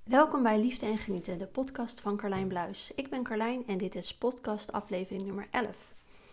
Welkom bij Liefde en Genieten, de podcast van Carlijn Bluis. Ik ben Carlijn en dit is podcast aflevering nummer 11.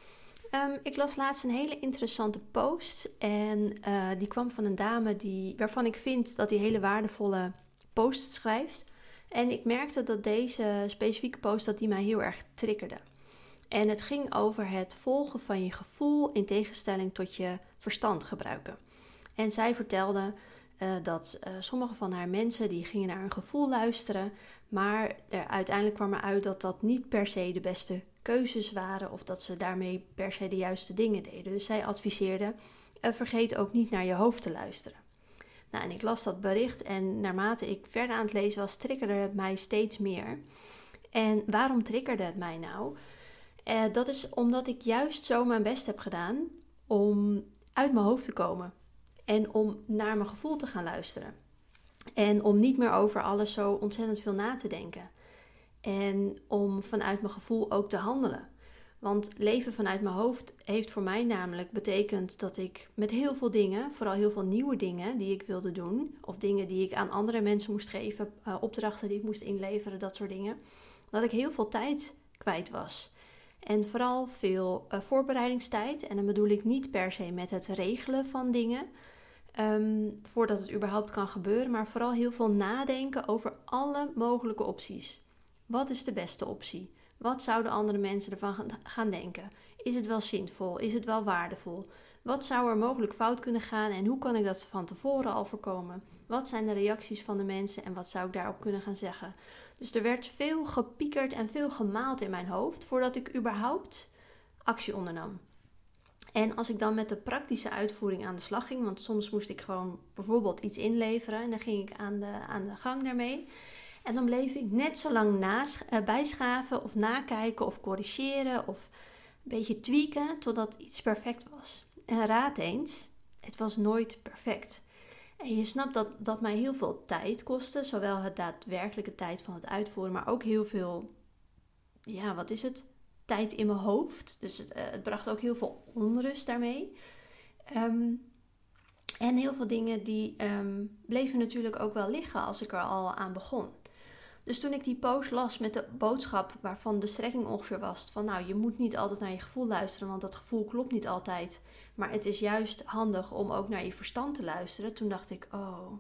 Ik las laatst een hele interessante post en die kwam van een dame waarvan ik vind dat die hele waardevolle posts schrijft. En ik merkte dat deze specifieke post dat die mij heel erg triggerde. En het ging over het volgen van je gevoel in tegenstelling tot je verstand gebruiken. En zij vertelde dat sommige van haar mensen die gingen naar hun gevoel luisteren, maar uiteindelijk kwam eruit dat dat niet per se de beste keuzes waren of dat ze daarmee per se de juiste dingen deden. Dus zij adviseerde, vergeet ook niet naar je hoofd te luisteren. Nou, en ik las dat bericht en naarmate ik verder aan het lezen was, triggerde het mij steeds meer. En waarom triggerde het mij nou? Dat is omdat ik juist zo mijn best heb gedaan om uit mijn hoofd te komen. En om naar mijn gevoel te gaan luisteren. En om niet meer over alles zo ontzettend veel na te denken. En om vanuit mijn gevoel ook te handelen. Want leven vanuit mijn hoofd heeft voor mij namelijk betekend dat ik met heel veel dingen, vooral heel veel nieuwe dingen die ik wilde doen, of dingen die ik aan andere mensen moest geven, opdrachten die ik moest inleveren, dat soort dingen, dat ik heel veel tijd kwijt was. En vooral veel voorbereidingstijd. En dan bedoel ik niet per se met het regelen van dingen, voordat het überhaupt kan gebeuren, maar vooral heel veel nadenken over alle mogelijke opties. Wat is de beste optie? Wat zouden andere mensen ervan gaan denken? Is het wel zinvol? Is het wel waardevol? Wat zou er mogelijk fout kunnen gaan en hoe kan ik dat van tevoren al voorkomen? Wat zijn de reacties van de mensen en wat zou ik daarop kunnen gaan zeggen? Dus er werd veel gepiekerd en veel gemaald in mijn hoofd voordat ik überhaupt actie ondernam. En als ik dan met de praktische uitvoering aan de slag ging, want soms moest ik gewoon bijvoorbeeld iets inleveren en dan ging ik aan de gang daarmee. En dan bleef ik net zo lang bijschaven of nakijken of corrigeren of een beetje tweaken totdat iets perfect was. En raad eens, het was nooit perfect. En je snapt dat dat mij heel veel tijd kostte, zowel het daadwerkelijke tijd van het uitvoeren, maar ook heel veel, tijd in mijn hoofd. Dus het bracht ook heel veel onrust daarmee. En heel veel dingen die bleven natuurlijk ook wel liggen als ik er al aan begon. Dus toen ik die post las met de boodschap waarvan de strekking ongeveer was van nou, je moet niet altijd naar je gevoel luisteren, want dat gevoel klopt niet altijd. Maar het is juist handig om ook naar je verstand te luisteren. Toen dacht ik,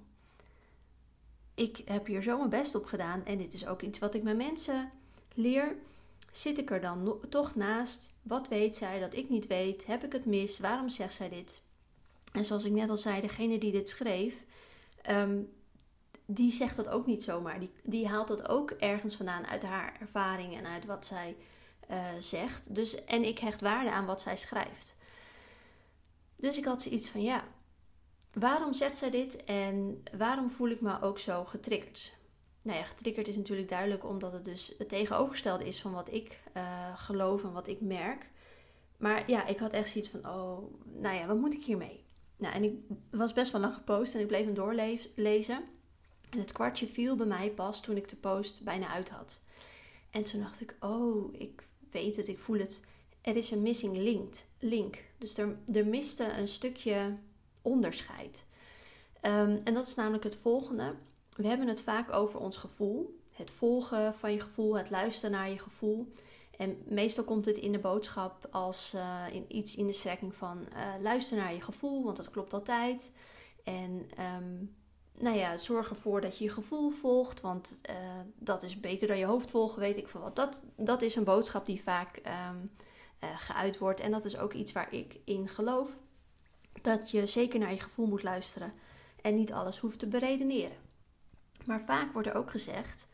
ik heb hier zo mijn best op gedaan en dit is ook iets wat ik met mensen leer. Zit ik er dan toch naast? Wat weet zij dat ik niet weet? Heb ik het mis? Waarom zegt zij dit? En zoals ik net al zei, degene die dit schreef, die zegt dat ook niet zomaar. Die haalt dat ook ergens vandaan uit haar ervaring en uit wat zij zegt. Dus, en ik hecht waarde aan wat zij schrijft. Dus ik had zoiets van, waarom zegt zij dit en waarom voel ik me ook zo getriggerd? Nou ja, getriggerd is natuurlijk duidelijk omdat het dus het tegenovergestelde is van wat ik geloof en wat ik merk. Maar ja, ik had echt zoiets van, wat moet ik hiermee? Nou, en ik was best wel lang gepost en ik bleef hem doorlezen. En het kwartje viel bij mij pas toen ik de post bijna uit had. En toen dacht ik, ik weet het, ik voel het. Er is een missing link. Dus er miste een stukje onderscheid. En dat is namelijk het volgende. We hebben het vaak over ons gevoel. Het volgen van je gevoel, het luisteren naar je gevoel. En meestal komt het in de boodschap als iets in de strekking van luister naar je gevoel, want dat klopt altijd. En zorg ervoor dat je je gevoel volgt, want dat is beter dan je hoofd volgen, weet ik veel wat. Dat is een boodschap die vaak geuit wordt en dat is ook iets waar ik in geloof. Dat je zeker naar je gevoel moet luisteren en niet alles hoeft te beredeneren. Maar vaak wordt er ook gezegd,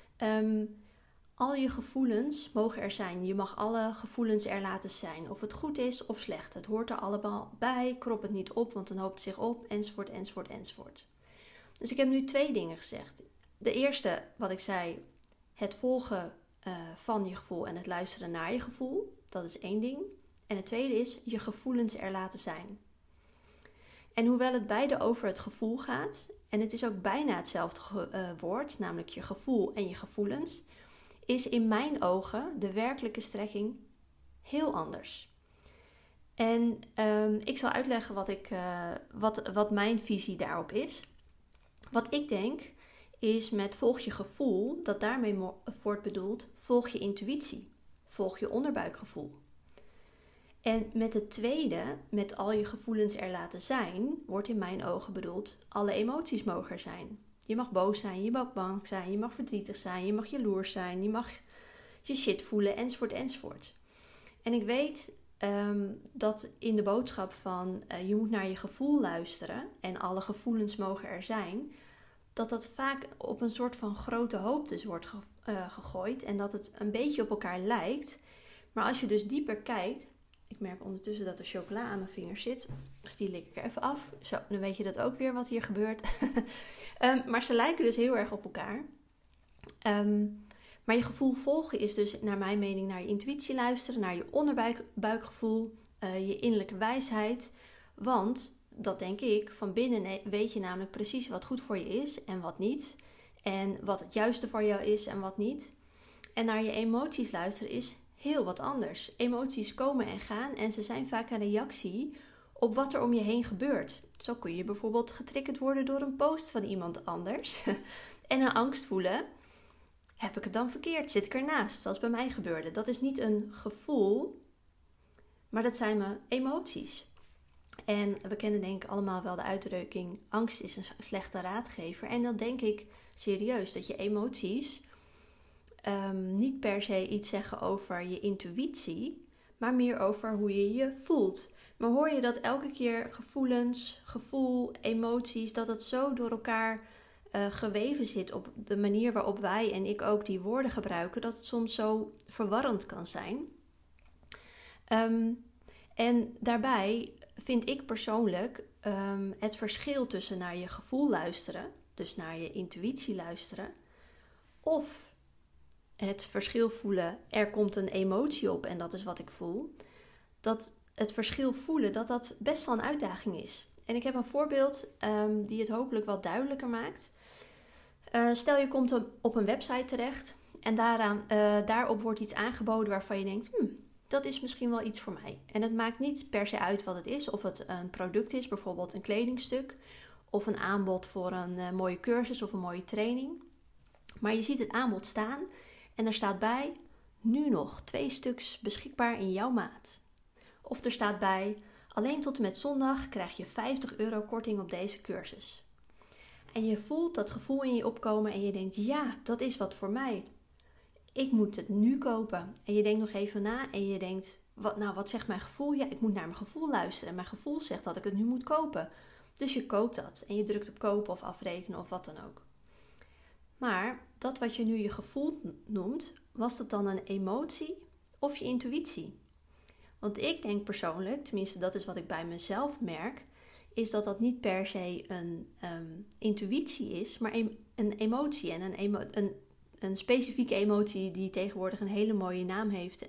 al je gevoelens mogen er zijn. Je mag alle gevoelens er laten zijn. Of het goed is of slecht. Het hoort er allemaal bij. Krop het niet op, want dan hoopt het zich op. Enzovoort, enzovoort, enzovoort. Dus ik heb nu 2 dingen gezegd. De eerste, wat ik zei, het volgen van je gevoel en het luisteren naar je gevoel. Dat is 1 ding. En het tweede is je gevoelens er laten zijn. En hoewel het beide over het gevoel gaat, en het is ook bijna hetzelfde woord, namelijk je gevoel en je gevoelens, is in mijn ogen de werkelijke strekking heel anders. En ik zal uitleggen wat mijn visie daarop is. Wat ik denk, is met volg je gevoel, dat daarmee wordt bedoeld, volg je intuïtie, volg je onderbuikgevoel. En met het tweede, met al je gevoelens er laten zijn, wordt in mijn ogen bedoeld, alle emoties mogen er zijn. Je mag boos zijn, je mag bang zijn, je mag verdrietig zijn, je mag jaloers zijn, je mag je shit voelen, enzovoort, enzovoort. En ik weet dat in de boodschap van je moet naar je gevoel luisteren en alle gevoelens mogen er zijn, dat vaak op een soort van grote hoop dus wordt gegooid en dat het een beetje op elkaar lijkt. Maar als je dus dieper kijkt, ik merk ondertussen dat er chocola aan mijn vingers zit, dus die lik ik er even af. Zo, dan weet je dat ook weer wat hier gebeurt. Maar ze lijken dus heel erg op elkaar. Maar je gevoel volgen is dus naar mijn mening naar je intuïtie luisteren, naar je onderbuikgevoel, je innerlijke wijsheid. Want, dat denk ik, van binnen weet je namelijk precies wat goed voor je is en wat niet. En wat het juiste voor jou is en wat niet. En naar je emoties luisteren is heel wat anders. Emoties komen en gaan en ze zijn vaak een reactie op wat er om je heen gebeurt. Zo kun je bijvoorbeeld getriggerd worden door een post van iemand anders en een angst voelen. Heb ik het dan verkeerd? Zit ik ernaast? Zoals bij mij gebeurde. Dat is niet een gevoel, maar dat zijn mijn emoties. En we kennen denk ik allemaal wel de uitdrukking, angst is een slechte raadgever. En dan denk ik serieus dat je emoties niet per se iets zeggen over je intuïtie, maar meer over hoe je je voelt. Maar hoor je dat elke keer gevoelens, gevoel, emoties, dat het zo door elkaar geweven zit op de manier waarop wij en ik ook die woorden gebruiken, dat het soms zo verwarrend kan zijn. En daarbij vind ik persoonlijk het verschil tussen naar je gevoel luisteren, dus naar je intuïtie luisteren, of het verschil voelen, er komt een emotie op en dat is wat ik voel, dat het verschil voelen, dat best wel een uitdaging is. En ik heb een voorbeeld die het hopelijk wat duidelijker maakt. Stel je komt op een website terecht en daarop wordt iets aangeboden waarvan je denkt, dat is misschien wel iets voor mij. En het maakt niet per se uit wat het is, of het een product is, bijvoorbeeld een kledingstuk, of een aanbod voor een mooie cursus of een mooie training. Maar je ziet het aanbod staan en er staat bij, nu nog 2 stuks beschikbaar in jouw maat. Of er staat bij, alleen tot en met zondag krijg je €50 korting op deze cursus. En je voelt dat gevoel in je opkomen en je denkt, ja, dat is wat voor mij. Ik moet het nu kopen. En je denkt nog even na en je denkt, wat zegt mijn gevoel? Ja, ik moet naar mijn gevoel luisteren. En mijn gevoel zegt dat ik het nu moet kopen. Dus je koopt dat en je drukt op kopen of afrekenen of wat dan ook. Maar dat wat je nu je gevoel noemt, was dat dan een emotie of je intuïtie? Want ik denk persoonlijk, tenminste dat is wat ik bij mezelf merk, is dat niet per se een intuïtie is, maar een emotie. En een specifieke emotie die tegenwoordig een hele mooie naam heeft,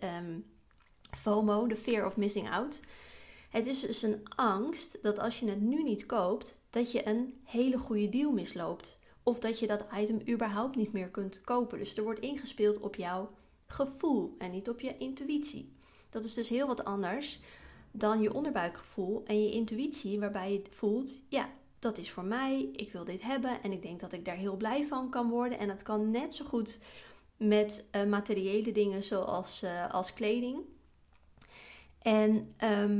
FOMO, the fear of missing out. Het is dus een angst dat als je het nu niet koopt, dat je een hele goede deal misloopt. Of dat je dat item überhaupt niet meer kunt kopen. Dus er wordt ingespeeld op jouw gevoel en niet op je intuïtie. Dat is dus heel wat anders dan je onderbuikgevoel en je intuïtie, waarbij je voelt, ja, dat is voor mij, ik wil dit hebben en ik denk dat ik daar heel blij van kan worden. En dat kan net zo goed met materiële dingen zoals als kleding. En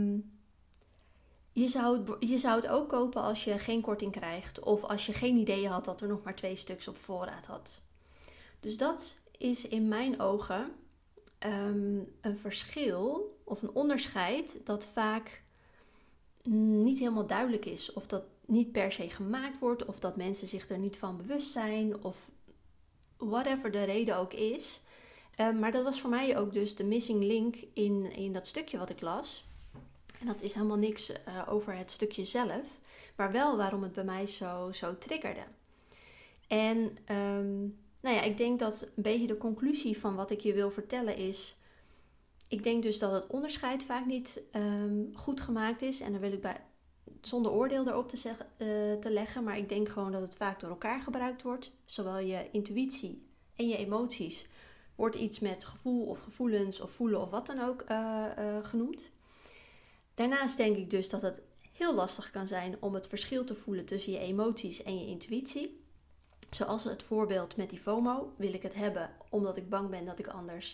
je zou het ook kopen als je geen korting krijgt of als je geen idee had dat er nog maar 2 stuks op voorraad had. Dus dat is in mijn ogen een verschil of een onderscheid dat vaak niet helemaal duidelijk is. Of dat niet per se gemaakt wordt of dat mensen zich er niet van bewust zijn of whatever de reden ook is. Maar dat was voor mij ook dus de missing link in dat stukje wat ik las. En dat is helemaal niks over het stukje zelf, maar wel waarom het bij mij zo triggerde. En ik denk dat een beetje de conclusie van wat ik je wil vertellen is, ik denk dus dat het onderscheid vaak niet goed gemaakt is. En daar wil ik zonder oordeel erop te leggen, maar ik denk gewoon dat het vaak door elkaar gebruikt wordt. Zowel je intuïtie en je emoties wordt iets met gevoel of gevoelens of voelen of wat dan ook genoemd. Daarnaast denk ik dus dat het heel lastig kan zijn om het verschil te voelen tussen je emoties en je intuïtie. Zoals het voorbeeld met die FOMO. Wil ik het hebben omdat ik bang ben dat ik anders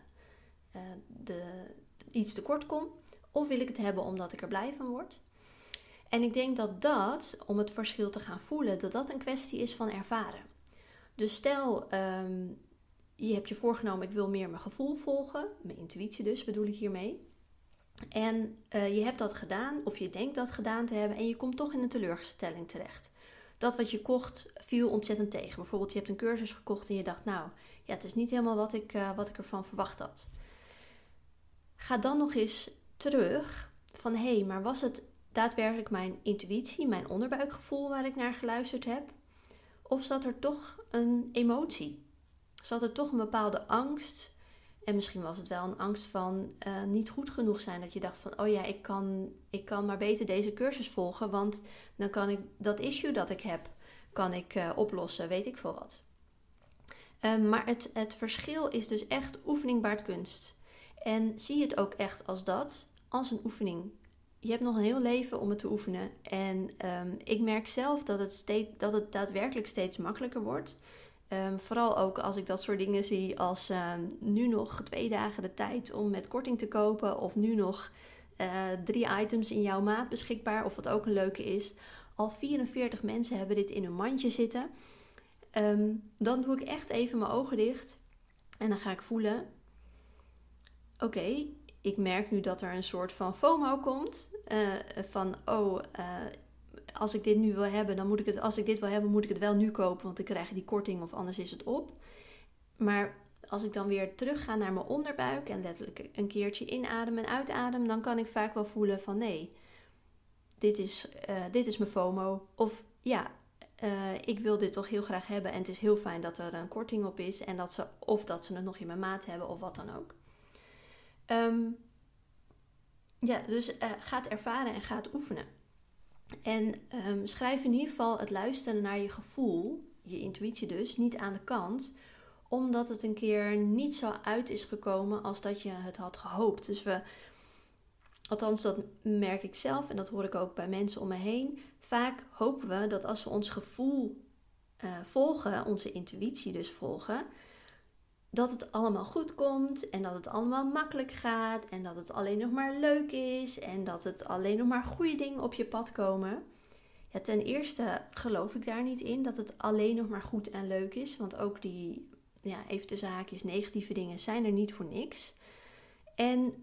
iets tekort kom? Of wil ik het hebben omdat ik er blij van word? En ik denk dat, om het verschil te gaan voelen, dat een kwestie is van ervaren. Dus stel, je hebt je voorgenomen, ik wil meer mijn gevoel volgen. Mijn intuïtie dus, bedoel ik hiermee. En je hebt dat gedaan, of je denkt dat gedaan te hebben, en je komt toch in een teleurstelling terecht. Dat wat je kocht viel ontzettend tegen. Bijvoorbeeld, je hebt een cursus gekocht en je dacht, nou, ja, het is niet helemaal wat ik ervan verwacht had. Ga dan nog eens terug van, hé, maar was het daadwerkelijk mijn intuïtie, mijn onderbuikgevoel waar ik naar geluisterd heb? Of zat er toch een emotie? Zat er toch een bepaalde angst? En misschien was het wel een angst van niet goed genoeg zijn. Dat je dacht van, oh ja, ik kan maar beter deze cursus volgen. Want dan kan ik dat issue dat ik heb, kan ik oplossen. Weet ik veel wat. Maar het verschil is dus echt oefening baart kunst. En zie het ook echt als een oefening. Je hebt nog een heel leven om het te oefenen. En ik merk zelf dat het daadwerkelijk steeds makkelijker wordt. Vooral ook als ik dat soort dingen zie als nu nog 2 dagen de tijd om met korting te kopen. Of nu nog 3 items in jouw maat beschikbaar. Of wat ook een leuke is. Al 44 mensen hebben dit in hun mandje zitten. Dan doe ik echt even mijn ogen dicht. En dan ga ik voelen. Oké, ik merk nu dat er een soort van FOMO komt. Als ik dit nu wil hebben, moet ik het wel nu kopen, want ik krijg die korting of anders is het op. Maar als ik dan weer terug ga naar mijn onderbuik en letterlijk een keertje inademen en uitademen, dan kan ik vaak wel voelen van nee, dit is mijn FOMO. Of ja, ik wil dit toch heel graag hebben en het is heel fijn dat er een korting op is en dat ze het nog in mijn maat hebben of wat dan ook. Dus ga het ervaren en ga het oefenen. En schrijf in ieder geval het luisteren naar je gevoel, je intuïtie dus, niet aan de kant. Omdat het een keer niet zo uit is gekomen als dat je het had gehoopt. Dus althans dat merk ik zelf en dat hoor ik ook bij mensen om me heen. Vaak hopen we dat als we ons gevoel volgen, onze intuïtie dus volgen, dat het allemaal goed komt en dat het allemaal makkelijk gaat en dat het alleen nog maar leuk is en dat het alleen nog maar goede dingen op je pad komen. Ja, ten eerste geloof ik daar niet in dat het alleen nog maar goed en leuk is, want ook die, even tussen haakjes, negatieve dingen zijn er niet voor niks. En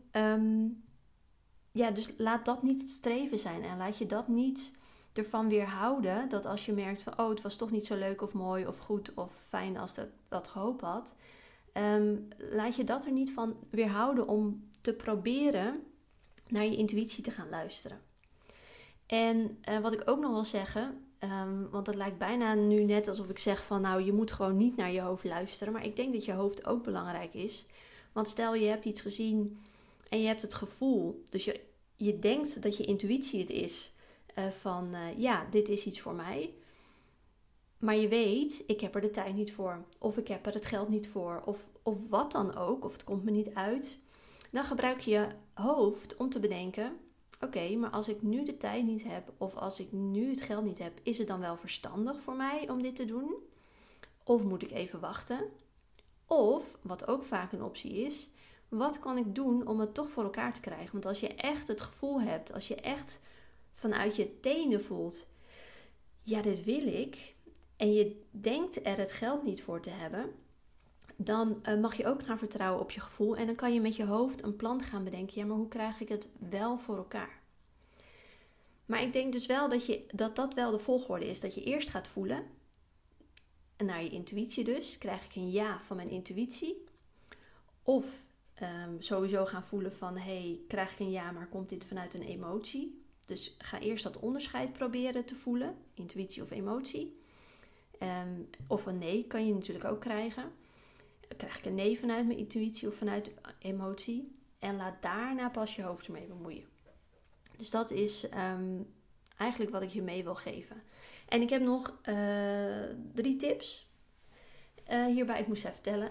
dus laat dat niet het streven zijn en laat je dat niet ervan weerhouden dat als je merkt van, oh, het was toch niet zo leuk of mooi of goed of fijn als dat gehoopt had. Laat je dat er niet van weerhouden om te proberen naar je intuïtie te gaan luisteren. En wat ik ook nog wil zeggen, want het lijkt bijna nu net alsof ik zeg van nou, je moet gewoon niet naar je hoofd luisteren. Maar ik denk dat je hoofd ook belangrijk is. Want stel je hebt iets gezien en je hebt het gevoel, dus je denkt dat je intuïtie het is dit is iets voor mij. Maar je weet, ik heb er de tijd niet voor. Of ik heb er het geld niet voor. Of wat dan ook. Of het komt me niet uit. Dan gebruik je je hoofd om te bedenken. Oké, maar als ik nu de tijd niet heb. Of als ik nu het geld niet heb. Is het dan wel verstandig voor mij om dit te doen? Of moet ik even wachten? Of, wat ook vaak een optie is. Wat kan ik doen om het toch voor elkaar te krijgen? Want als je echt het gevoel hebt. Als je echt vanuit je tenen voelt. Ja, dit wil ik. En je denkt er het geld niet voor te hebben, dan mag je ook gaan vertrouwen op je gevoel. En dan kan je met je hoofd een plan gaan bedenken. Ja, maar hoe krijg ik het wel voor elkaar? Maar ik denk dus wel dat wel de volgorde is. Dat je eerst gaat voelen. En naar je intuïtie dus. Krijg ik een ja van mijn intuïtie? Of sowieso gaan voelen van, krijg ik een ja, maar komt dit vanuit een emotie? Dus ga eerst dat onderscheid proberen te voelen. Intuïtie of emotie. Of een nee kan je natuurlijk ook krijgen. Krijg ik een nee vanuit mijn intuïtie of vanuit emotie? En laat daarna pas je hoofd ermee bemoeien. Dus dat is eigenlijk wat ik je mee wil geven. En ik heb nog 3 tips. Hierbij, ik moest even vertellen.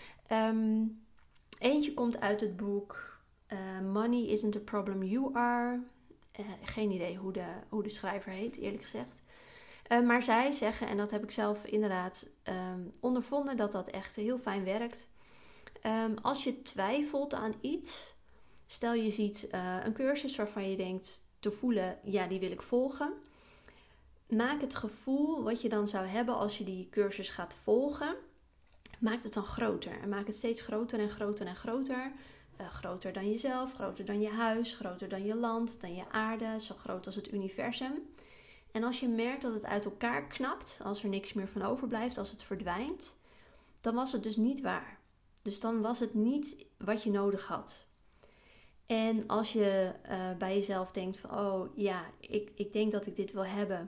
Eentje komt uit het boek Money Isn't a Problem You Are. Geen idee hoe de schrijver heet, eerlijk gezegd. Maar zij zeggen, en dat heb ik zelf inderdaad ondervonden, dat dat echt heel fijn werkt. Als je twijfelt aan iets, stel je ziet een cursus waarvan je denkt te voelen, ja, die wil ik volgen. Maak het gevoel wat je dan zou hebben als je die cursus gaat volgen, maak het dan groter. En maak het steeds groter en groter en groter. Groter dan jezelf, groter dan je huis, groter dan je land, dan je aarde, zo groot als het universum. En als je merkt dat het uit elkaar knapt, als er niks meer van overblijft, als het verdwijnt, dan was het dus niet waar. Dus dan was het niet wat je nodig had. En als je bij jezelf denkt van, oh ja, ik denk dat ik dit wil hebben.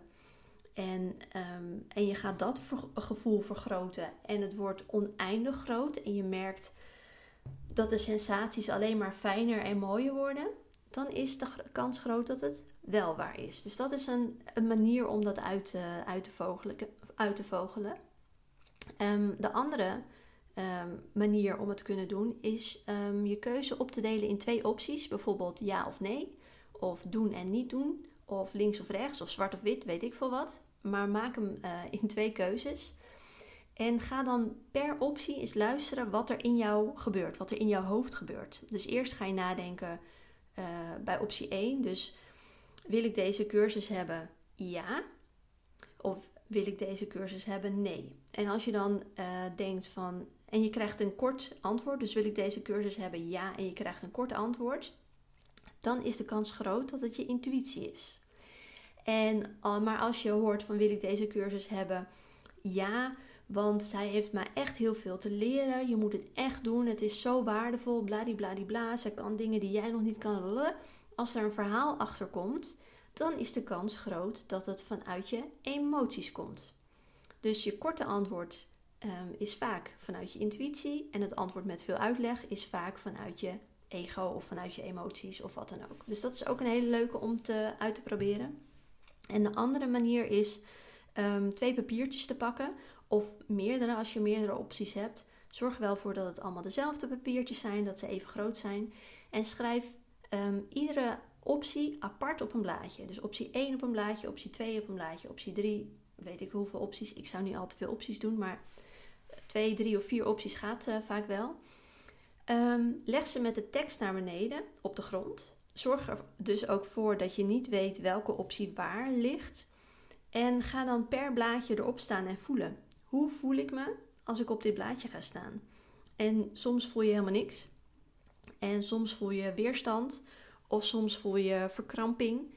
En je gaat dat gevoel vergroten en het wordt oneindig groot. En je merkt dat de sensaties alleen maar fijner en mooier worden. Dan is de kans groot dat het wel waar is. Dus dat is een manier om dat uit te vogelen. De andere manier om het te kunnen doen is je keuze op te delen in 2 opties. Bijvoorbeeld ja of nee, of doen en niet doen, of links of rechts, of zwart of wit, weet ik veel wat. Maar maak hem in 2 keuzes. En ga dan per optie eens luisteren wat er in jou gebeurt, wat er in jouw hoofd gebeurt. Dus eerst ga je nadenken bij optie 1. Dus wil ik deze cursus hebben? Ja. Of wil ik deze cursus hebben? Nee. En als je dan denkt van, en je krijgt een kort antwoord, dus wil ik deze cursus hebben? Ja. En je krijgt een kort antwoord, dan is de kans groot dat het je intuïtie is. Maar als je hoort van, wil ik deze cursus hebben? Ja, want zij heeft mij echt heel veel te leren. Je moet het echt doen. Het is zo waardevol. Bladibladibla. Zij kan dingen die jij nog niet kan. Als er een verhaal achter komt, dan is de kans groot dat het vanuit je emoties komt. Dus je korte antwoord is vaak vanuit je intuïtie. En het antwoord met veel uitleg is vaak vanuit je ego of vanuit je emoties of wat dan ook. Dus dat is ook een hele leuke om uit te proberen. En de andere manier is 2 papiertjes te pakken. Of meerdere, als je meerdere opties hebt. Zorg er wel voor dat het allemaal dezelfde papiertjes zijn, dat ze even groot zijn. En schrijf iedere optie apart op een blaadje. Dus optie 1 op een blaadje, optie 2 op een blaadje, optie 3, weet ik hoeveel opties. Ik zou niet al te veel opties doen, maar 2, 3 of 4 opties gaat vaak wel. Leg ze met de tekst naar beneden op de grond. Zorg er dus ook voor dat je niet weet welke optie waar ligt. En ga dan per blaadje erop staan en voelen. Hoe voel ik me als ik op dit blaadje ga staan? En soms voel je helemaal niks. En soms voel je weerstand. Of soms voel je verkramping.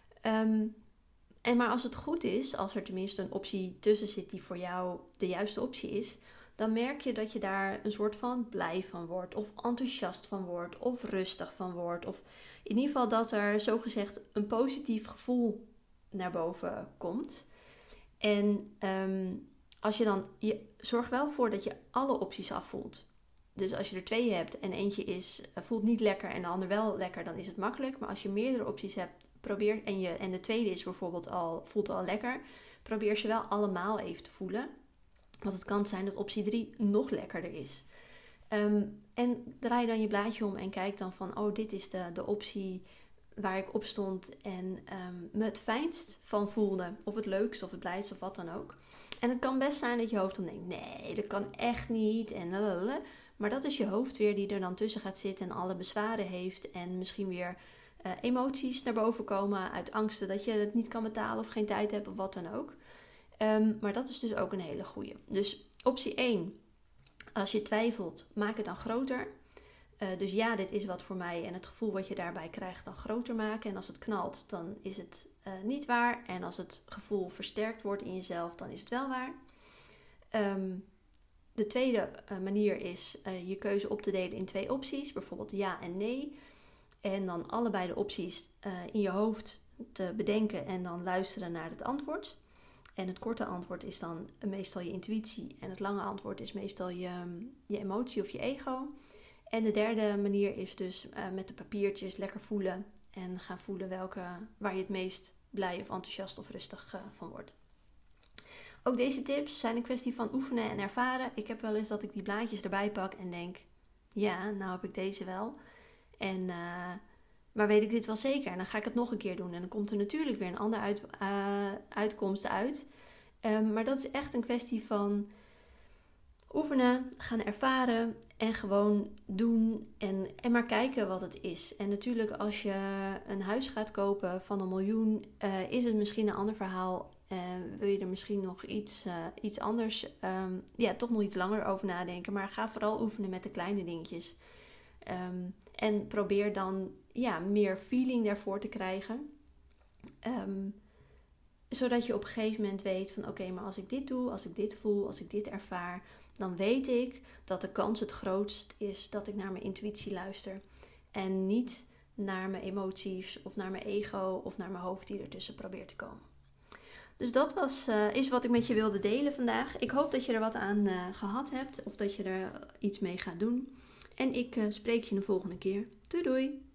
Maar als het goed is, als er tenminste een optie tussen zit die voor jou de juiste optie is, dan merk je dat je daar een soort van blij van wordt. Of enthousiast van wordt. Of rustig van wordt. Of in ieder geval dat er zogezegd een positief gevoel naar boven komt. En als je dan, zorg wel voor dat je alle opties afvoelt. Dus als je er 2 hebt en eentje voelt niet lekker en de ander wel lekker, dan is het makkelijk. Maar als je meerdere opties hebt, probeer en de tweede is bijvoorbeeld voelt al lekker, probeer ze wel allemaal even te voelen. Want het kan zijn dat optie 3 nog lekkerder is. En draai dan je blaadje om en kijk dan van, oh, dit is de optie waar ik op stond en me het fijnst van voelde. Of het leukst of het blijst of wat dan ook. En het kan best zijn dat je hoofd dan denkt, nee, dat kan echt niet. En lalala. Maar dat is je hoofd weer die er dan tussen gaat zitten en alle bezwaren heeft. En misschien weer emoties naar boven komen uit angsten dat je het niet kan betalen of geen tijd hebt of wat dan ook. Maar dat is dus ook een hele goeie. Dus optie 1, als je twijfelt, maak het dan groter. Dus ja, dit is wat voor mij. En het gevoel wat je daarbij krijgt dan groter maken. En als het knalt, dan is het niet waar. En als het gevoel versterkt wordt in jezelf, dan is het wel waar. De tweede manier is je keuze op te delen in 2 opties. Bijvoorbeeld ja en nee. En dan allebei de opties in je hoofd te bedenken en dan luisteren naar het antwoord. En het korte antwoord is dan meestal je intuïtie. En het lange antwoord is meestal je emotie of je ego. En de derde manier is dus met de papiertjes lekker voelen. En gaan voelen waar je het meest blij of enthousiast of rustig van wordt. Ook deze tips zijn een kwestie van oefenen en ervaren. Ik heb wel eens dat ik die blaadjes erbij pak en denk, ja, nou heb ik deze wel. Maar weet ik dit wel zeker? En dan ga ik het nog een keer doen. En dan komt er natuurlijk weer een andere uitkomst uit. Maar dat is echt een kwestie van oefenen, gaan ervaren en gewoon doen en maar kijken wat het is. En natuurlijk als je een huis gaat kopen van 1 miljoen, is het misschien een ander verhaal. Wil je er misschien nog iets anders, toch nog iets langer over nadenken. Maar ga vooral oefenen met de kleine dingetjes. En probeer dan meer feeling daarvoor te krijgen. Zodat je op een gegeven moment weet van oké, maar als ik dit doe, als ik dit voel, als ik dit ervaar, dan weet ik dat de kans het grootst is dat ik naar mijn intuïtie luister. En niet naar mijn emoties of naar mijn ego of naar mijn hoofd die ertussen probeert te komen. Dus dat is wat ik met je wilde delen vandaag. Ik hoop dat je er wat aan gehad hebt of dat je er iets mee gaat doen. En ik spreek je de volgende keer. Doei doei!